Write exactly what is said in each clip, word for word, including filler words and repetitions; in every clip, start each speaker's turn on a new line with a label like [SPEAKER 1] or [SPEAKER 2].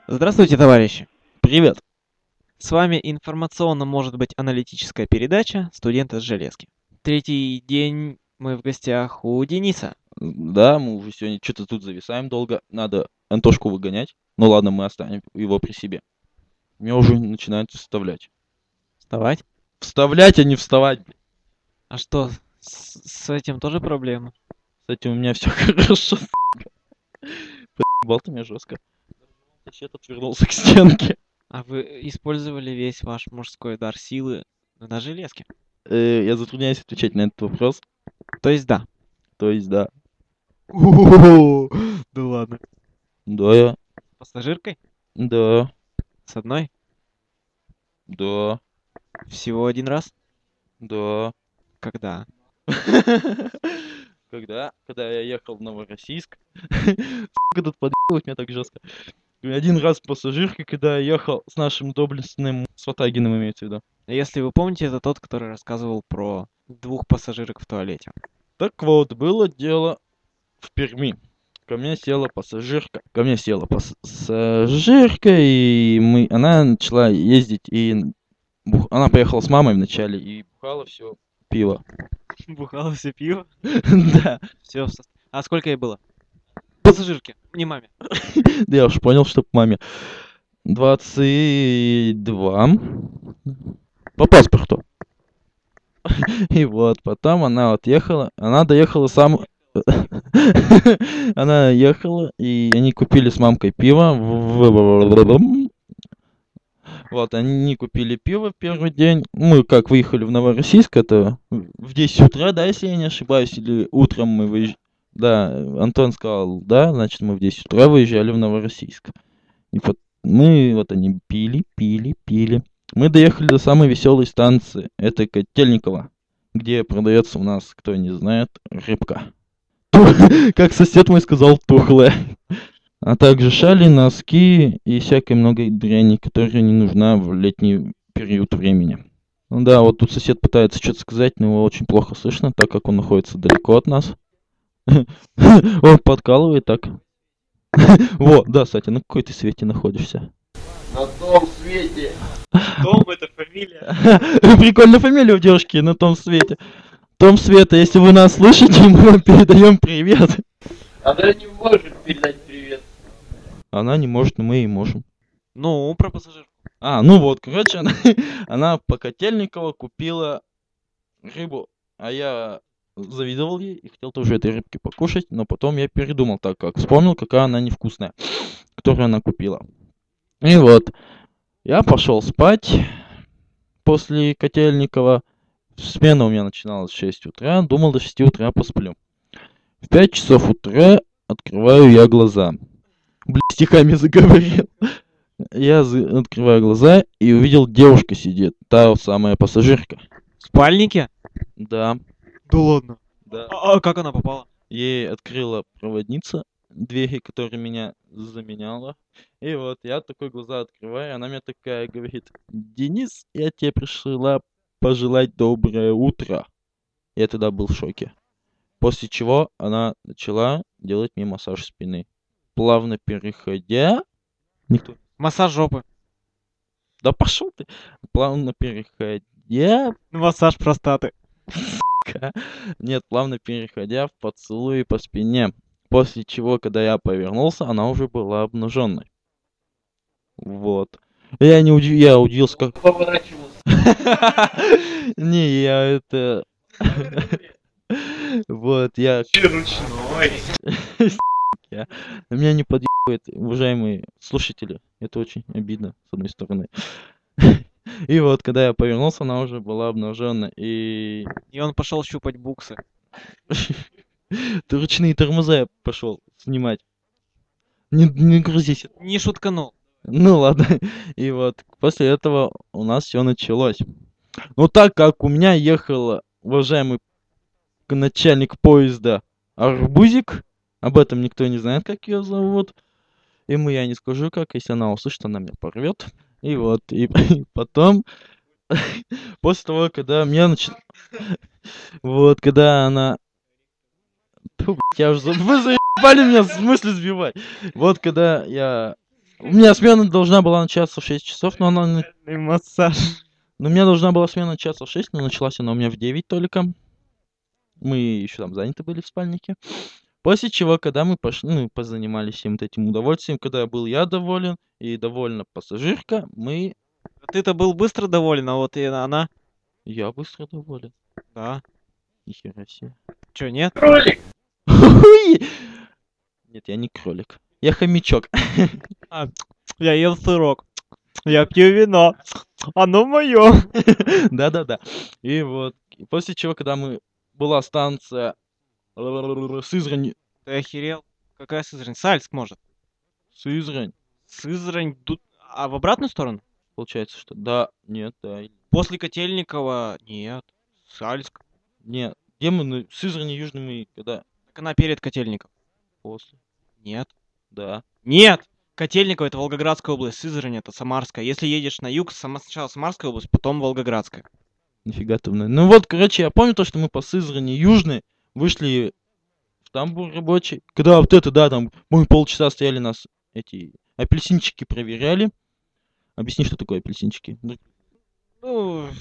[SPEAKER 1] Здравствуйте, товарищи!
[SPEAKER 2] Привет!
[SPEAKER 1] С вами информационно, может быть, аналитическая передача «Студенты с железки». Третий день мы в гостях у Дениса.
[SPEAKER 2] Да, мы уже сегодня что-то тут зависаем долго. Надо Антошку выгонять. Ну ладно, мы оставим его при себе. Меня уже начинают вставлять.
[SPEAKER 1] Вставать?
[SPEAKER 2] Вставлять, а не вставать.
[SPEAKER 1] А что, с, с этим тоже проблема?
[SPEAKER 2] С этим у меня все хорошо. Поебал ты меня жестко. Сосед отвернулся к стенке.
[SPEAKER 1] А вы использовали весь ваш мужской дар силы на железке?
[SPEAKER 2] Э, я затрудняюсь отвечать на этот вопрос.
[SPEAKER 1] То есть да.
[SPEAKER 2] То есть да.
[SPEAKER 1] Да ладно.
[SPEAKER 2] Да, я.
[SPEAKER 1] Пассажиркой?
[SPEAKER 2] Да.
[SPEAKER 1] С одной?
[SPEAKER 2] Да.
[SPEAKER 1] Всего один раз?
[SPEAKER 2] Да.
[SPEAKER 1] Когда?
[SPEAKER 2] Когда? Когда я ехал в Новороссийск. Сука, тут подъебывать меня так жестко. Один раз пассажирка, когда я ехал с нашим доблестным Сватагиным, имеется в виду.
[SPEAKER 1] Если вы помните, это тот, который рассказывал про двух пассажирок в туалете.
[SPEAKER 2] Так вот, было дело в Перми. Ко мне села пассажирка. Ко мне села пассажирка, и мы, она начала ездить, и бух... она поехала с мамой вначале, и бухала все пиво.
[SPEAKER 1] Бухало все пиво?
[SPEAKER 2] Да.
[SPEAKER 1] Все. А сколько ей было? Пассажирке, не маме.
[SPEAKER 2] Да я уж понял, что маме. двадцать два. По паспорту. И вот, потом она вот ехала, она доехала сам... Она ехала, и они купили с мамкой пиво. Вот, они купили пиво в первый день. Мы как выехали в Новороссийск, это в десять утра, да, если я не ошибаюсь, или утром мы выезжали. Да, Антон сказал, да, значит, мы в десять утра выезжали в Новороссийск. И вот мы, вот они пили, пили, пили. Мы доехали до самой веселой станции, это Котельниково, где продается у нас, кто не знает, рыбка. Как сосед мой сказал, тухлая. А также шали, носки и всякой много дряни, которая не нужна в летний период времени. Ну да, вот тут сосед пытается что-то сказать, но его очень плохо слышно, так как он находится далеко от нас. Он подкалывает так. Вот, да, кстати, на какой ты свете находишься?
[SPEAKER 3] На том свете.
[SPEAKER 1] Том это фамилия.
[SPEAKER 2] Прикольная фамилия у девушки, на том свете. Том Света, если вы нас слышите, мы вам передаем привет.
[SPEAKER 3] Она не может передать привет.
[SPEAKER 2] Она не может, но мы ей можем.
[SPEAKER 1] Ну, про пассажирку.
[SPEAKER 2] А, ну вот, короче, она, она по Котельниково купила рыбу, а я завидовал ей и хотел тоже этой рыбки покушать, но потом я передумал, так как вспомнил, какая она невкусная, которую она купила. И вот, я пошел спать после Котельникова. Смена у меня начиналась в шесть утра, думал до шести утра посплю. В пять часов утра открываю я глаза. Блин, стихами заговорил. Я за- открываю глаза и увидел, девушка сидит, та вот самая пассажирка.
[SPEAKER 1] В спальнике?
[SPEAKER 2] Да,
[SPEAKER 1] Да ладно.
[SPEAKER 2] да.
[SPEAKER 1] А, а как она попала?
[SPEAKER 2] Ей открыла проводница двери, которая меня заменяла. И вот я такой глаза открываю, она мне такая говорит: Денис, я тебе пришла пожелать доброе утро. Я тогда был в шоке. После чего она начала делать мне массаж спины. Плавно переходя... Никто...
[SPEAKER 1] Массаж жопы.
[SPEAKER 2] Да пошел ты! Плавно переходя...
[SPEAKER 1] Массаж простаты.
[SPEAKER 2] Нет, плавно переходя в поцелуи по спине. После чего, когда я повернулся, она уже была обнаженной. Вот. Я не удив... я удивился, как...
[SPEAKER 3] Поворачивался.
[SPEAKER 2] Не, я это... Вот, я...
[SPEAKER 3] Ручной.
[SPEAKER 2] Я- Меня не подъебывает, уважаемые слушатели. Это очень обидно, с одной стороны. И вот, когда я повернулся, она уже была обнаженная. И
[SPEAKER 1] И он пошел щупать буксы.
[SPEAKER 2] ты ручные тормоза я пошел снимать. Не, не грузись.
[SPEAKER 1] Не шутканул.
[SPEAKER 2] Ну ладно. И вот после этого у нас все началось. Ну так как у меня ехал уважаемый к- начальник поезда Арбузик, об этом никто не знает, как ее зовут. Ему я не скажу как, если она услышит, она меня порвет. И вот, и, и потом, после того, когда меня начал... Вот, когда она... Тьфу, блядь, я уже... заб- Вы заебали меня, в смысле сбивать? Вот, когда я У меня смена должна была начаться в шесть часов, но она... на-
[SPEAKER 1] И массаж.
[SPEAKER 2] Но у меня должна была смена начаться в шесть, но началась она у меня в девять только. Мы еще там заняты были в спальнике. После чего, когда мы пошли, ну, позанимались всем вот этим удовольствием, когда был я доволен и довольна пассажирка, мы...
[SPEAKER 1] Ты-то был быстро доволен, а вот и она...
[SPEAKER 2] Я быстро доволен.
[SPEAKER 1] Да.
[SPEAKER 2] Нихера себе.
[SPEAKER 1] Чё, нет?
[SPEAKER 3] Кролик!
[SPEAKER 2] Нет, я не кролик. Я хомячок.
[SPEAKER 1] Я ем сырок. Я пью вино. Оно мое.
[SPEAKER 2] Да-да-да. И вот, и после чего, когда мы... Была станция Сызрань...
[SPEAKER 1] Ты охерел? Какая Сызрань? Сальск, может.
[SPEAKER 2] Сызрань,
[SPEAKER 1] Сызрань... Ду- А в обратную сторону?
[SPEAKER 2] получается, что... Да, нет, да. или-
[SPEAKER 1] После Котельникова... Нет. Сальск.
[SPEAKER 2] Нет. Где мы? на- Сызрани Южный мы когда?
[SPEAKER 1] Так она перед Котельников.
[SPEAKER 2] После.
[SPEAKER 1] Нет.
[SPEAKER 2] Да.
[SPEAKER 1] Нет! Котельниково — это Волгоградская область, Сызрань — это Самарская. Если едешь на юг, сама сначала Самарская область, потом Волгоградская.
[SPEAKER 2] Нифига ты, мной. Ну вот, короче, я помню то, что мы по Сызрани Южной вышли в тамбур рабочий. Когда вот это, да, там, мы полчаса стояли, нас эти апельсинчики проверяли. Объясни, что такое апельсинчики. Ну,
[SPEAKER 1] Ну...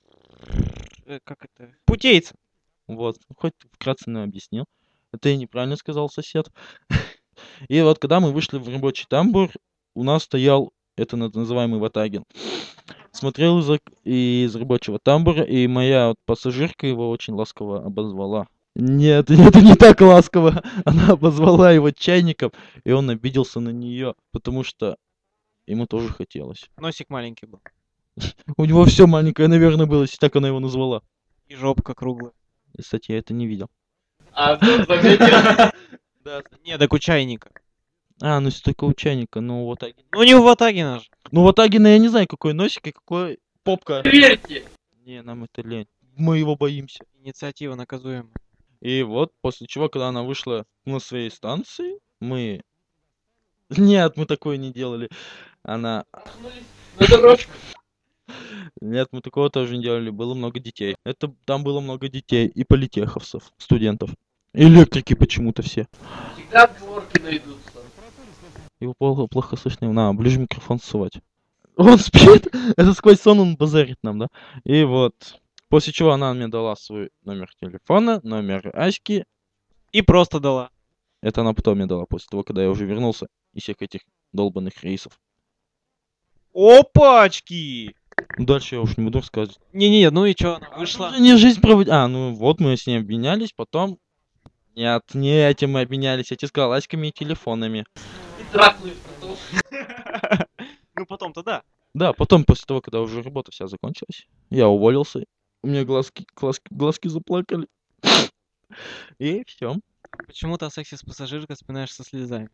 [SPEAKER 1] э, Как это? Путейцы.
[SPEAKER 2] вот, хоть ты вкратце нам объяснил. Это я неправильно сказал, сосед. И вот, когда мы вышли в рабочий тамбур, у нас стоял, это наз- называемый Ватагин. Смотрел из, ок- из рабочего тамбура, и моя вот пассажирка его очень ласково обозвала. Нет, это не так ласково. Она обозвала его чайником, и он обиделся на нее, потому что ему тоже хотелось.
[SPEAKER 1] Носик маленький был.
[SPEAKER 2] У него все маленькое, наверное, было, если так она его назвала.
[SPEAKER 1] И жопка круглая.
[SPEAKER 2] Кстати, я это не видел.
[SPEAKER 3] А тут заметил.
[SPEAKER 2] Да.
[SPEAKER 1] Не, так у чайника.
[SPEAKER 2] А, ну если только у чайника, ну вот так.
[SPEAKER 1] Ну не у Ватагина же.
[SPEAKER 2] Ну вот Агина, я не знаю, какой носик и какой попка.
[SPEAKER 3] Верьте!
[SPEAKER 2] Не, нам это лень. Мы его боимся.
[SPEAKER 1] Инициатива наказуема.
[SPEAKER 2] И вот, после чего, когда она вышла на своей станции, мы... Нет, мы такое не делали. Она...
[SPEAKER 3] На дорожку.
[SPEAKER 2] Нет, мы такого тоже не делали. Было много детей. Это там было много детей. И политеховцев, студентов. Электрики почему-то все.
[SPEAKER 3] Всегда отговорки найдутся.
[SPEAKER 2] Его плохо, плохо слышно. На, ближе микрофон сувать. Он спит? Это сквозь сон он базарит нам, да? И вот. После чего она мне дала свой номер телефона, номер Аськи.
[SPEAKER 1] И просто дала.
[SPEAKER 2] Это она потом мне дала, после того, когда я уже вернулся из всех этих долбанных рейсов.
[SPEAKER 1] Опачки!
[SPEAKER 2] Ну, дальше я уж не буду рассказывать.
[SPEAKER 1] Не-не-не, ну и чё, она вышла.
[SPEAKER 2] Уже не жизнь проводить. А, ну вот мы с ней обменялись, потом... Нет, не этим мы обменялись, я тебе сказал, Аськами и телефонами.
[SPEAKER 3] И трахнуть потом.
[SPEAKER 1] Ну потом-то да.
[SPEAKER 2] Да, потом, после того, когда уже работа вся закончилась, я уволился. У меня глазки, глазки, глазки заплакали. И все.
[SPEAKER 1] Почему ты о сексе с пассажиркой вспоминаешь со слезами?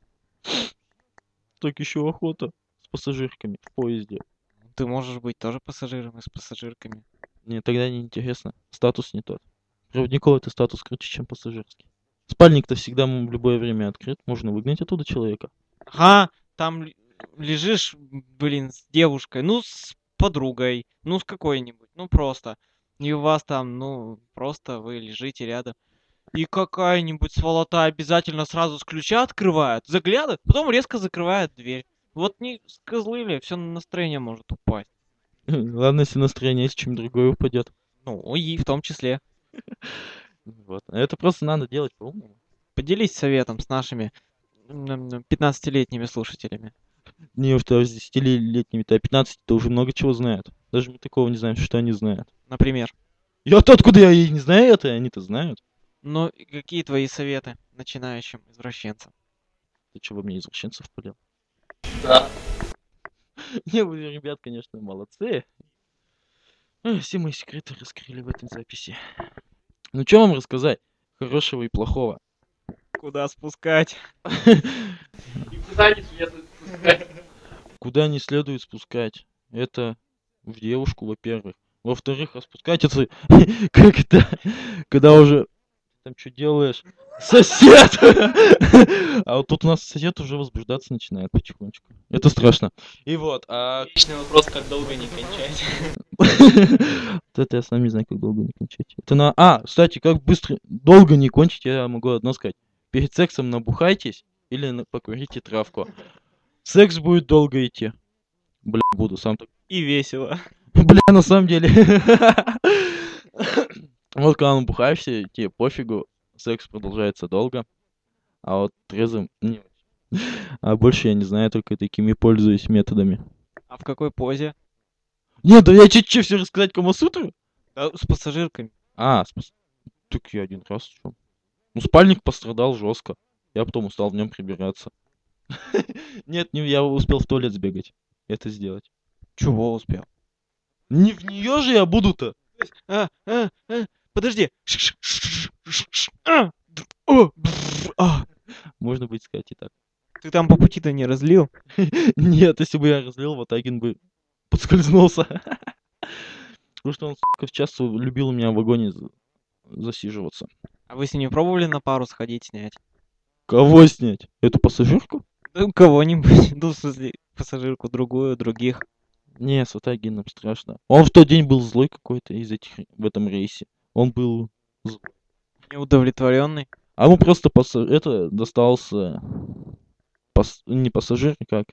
[SPEAKER 2] Так еще охота с пассажирками в поезде.
[SPEAKER 1] Ты можешь быть тоже пассажиром и с пассажирками.
[SPEAKER 2] Мне тогда не интересно. Статус не тот. Проводниковый это статус круче, чем пассажирский. Спальник-то всегда м, в любое время открыт. Можно выгнать оттуда человека.
[SPEAKER 1] Ага, там л- лежишь, блин, с девушкой, ну, с подругой, ну, с какой-нибудь, ну, просто. И у вас там, ну, просто вы лежите рядом. И какая-нибудь сволота обязательно сразу с ключа открывает, заглядывает, потом резко закрывает дверь. Вот не скозлили, все настроение может упасть.
[SPEAKER 2] Ладно, если настроение есть, чем другое упадет.
[SPEAKER 1] Ну, и в том числе.
[SPEAKER 2] Вот. Это просто надо делать по-умному.
[SPEAKER 1] Поделись советом с нашими м, пятнадцатилетними слушателями.
[SPEAKER 2] Не уж то с десятилетними-то, а пятнадцать-то уже много чего знают. Даже мы такого не знаем, что они знают.
[SPEAKER 1] Например.
[SPEAKER 2] Я-то откуда я и не знаю это, они-то знают.
[SPEAKER 1] Ну, и какие твои советы начинающим извращенцам?
[SPEAKER 2] Ты что, во мне извращенцев полил?
[SPEAKER 3] Да.
[SPEAKER 2] Не, вы, ребят, конечно, молодцы. Ой, все мои секреты раскрыли в этой записи. Ну, что вам рассказать? Хорошего и плохого.
[SPEAKER 1] Куда спускать?
[SPEAKER 3] И куда не следует спускать.
[SPEAKER 2] Куда не следует спускать? Это в девушку, во-первых. Во-вторых, а спускать это... Как это? Когда уже... Там что делаешь? Сосед! А вот тут у нас сосед уже возбуждаться начинает потихонечку. Это страшно. И вот, а...
[SPEAKER 1] Вечный вопрос, как долго не кончать.
[SPEAKER 2] Вот это я сам не знаю, как долго не кончать. Это на... А, кстати, как быстро... Долго не кончить, я могу одно сказать. Перед сексом набухайтесь или на- покурите травку. Секс будет долго идти. Бля, буду сам так.
[SPEAKER 1] И весело.
[SPEAKER 2] Бля, на самом деле. Вот когда набухаешься, тебе пофигу, секс продолжается долго. А вот трезвым не очень. А больше я не знаю, только такими пользуюсь методами.
[SPEAKER 1] А в какой позе?
[SPEAKER 2] Нет, да я чуть-чуть все рассказать Камасутру?
[SPEAKER 1] Да, с пассажирками.
[SPEAKER 2] А, спас- так я один раз что? Ну, спальник пострадал жестко. Я потом устал в нем прибираться. Нет, не я успел в туалет сбегать. Это сделать.
[SPEAKER 1] Чего успел?
[SPEAKER 2] Не в нее же я буду-то.
[SPEAKER 1] А, а, а, подожди. А, д- о, бр- а.
[SPEAKER 2] Можно будет сказать и так.
[SPEAKER 1] Ты там по пути-то не разлил?
[SPEAKER 2] Нет, если бы я разлил, вот Агин бы подскользнулся. Потому что он, сука, часто любил у меня в вагоне за- засиживаться.
[SPEAKER 1] А вы с ним не пробовали на пару сходить снять?
[SPEAKER 2] Кого снять? Эту пассажирку?
[SPEAKER 1] Да кого-нибудь. Ну, в смысле, пассажирку другую, других.
[SPEAKER 2] Не, с Ватагином страшно. Он в тот день был злой какой-то из этих в этом рейсе. Он был злой.
[SPEAKER 1] Неудовлетворенный.
[SPEAKER 2] А ему просто пасса- это достался пас- не пассажир, как?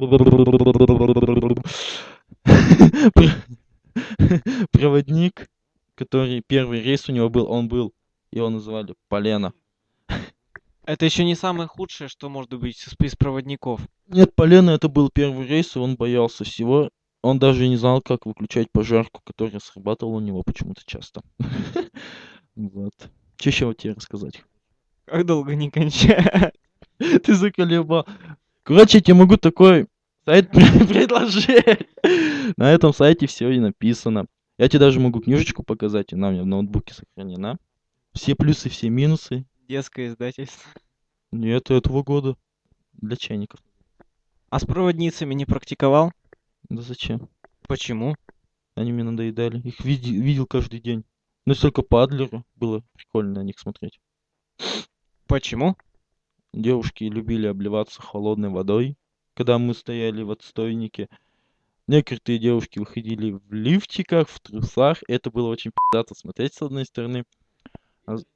[SPEAKER 2] Проводник, который первый рейс у него был, он был, его называли Полена.
[SPEAKER 1] Это еще не самое худшее, что может быть из из проводников.
[SPEAKER 2] Нет, Полена это был первый рейс, и он боялся всего. Он даже не знал, как выключать пожарку, которая срабатывала у него почему-то часто. Вот. Что еще тебе рассказать?
[SPEAKER 1] Как долго не кончать?
[SPEAKER 2] Ты заколебал. Короче, я тебе могу такой сайт пре- предложить. На этом сайте все и написано. Я тебе даже могу книжечку показать, она у меня в ноутбуке сохранена. Все плюсы, все минусы.
[SPEAKER 1] Детское издательство.
[SPEAKER 2] Нет, этого года. Для чайников.
[SPEAKER 1] А с проводницами не практиковал?
[SPEAKER 2] Да зачем?
[SPEAKER 1] Почему?
[SPEAKER 2] Они мне надоедали. Их види- видел каждый день. Но если только по Адлеру было прикольно на них смотреть.
[SPEAKER 1] Почему?
[SPEAKER 2] Девушки любили обливаться холодной водой, когда мы стояли в отстойнике. Некоторые девушки выходили в лифчиках, в трусах. Это было очень пиздато смотреть с одной стороны. А с-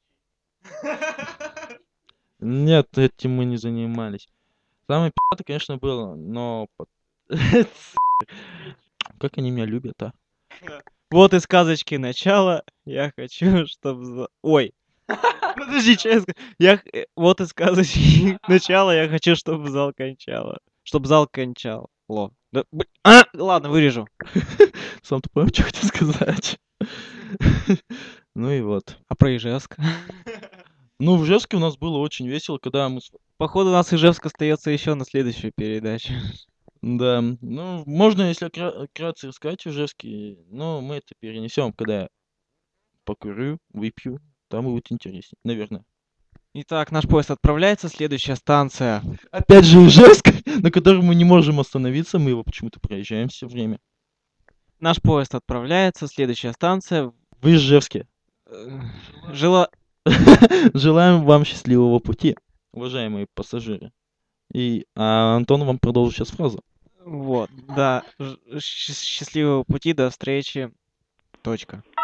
[SPEAKER 2] Нет, этим мы не занимались. Самое пиздато, конечно, было, но... пот- Как они меня любят, а?
[SPEAKER 1] Вот и сказочки начало. Я хочу, чтобы... Ой. Подожди, что я ска- Я... х- э, Вот и сказочки начало. Я хочу, чтобы зал кончало. Чтобы зал кончал. Ло. Да, б- А! Ладно, вырежу.
[SPEAKER 2] Сам ты понял, что хотел сказать? Ну и вот.
[SPEAKER 1] А про Ижевск?
[SPEAKER 2] Ну, в Жевске у нас было очень весело, когда мы... с-
[SPEAKER 1] Походу, у нас Ижевск остается еще на следующую передачу.
[SPEAKER 2] Да, ну, можно, если кра- вкратце рассказать в Жевске, но мы это перенесем, когда я покурю, выпью, там будет интереснее, наверное.
[SPEAKER 1] Итак, наш поезд отправляется. Следующая станция.
[SPEAKER 2] Опять же Ижевск, на котором мы не можем остановиться, мы его почему-то проезжаем все время.
[SPEAKER 1] Наш поезд отправляется. Следующая станция.
[SPEAKER 2] В Ижевске.
[SPEAKER 1] э, Жила...
[SPEAKER 2] Желаем вам счастливого пути, уважаемые пассажиры. И а Антон вам продолжит сейчас фразу.
[SPEAKER 1] Вот, да. Ж- щ- Счастливого пути, до встречи. Точка.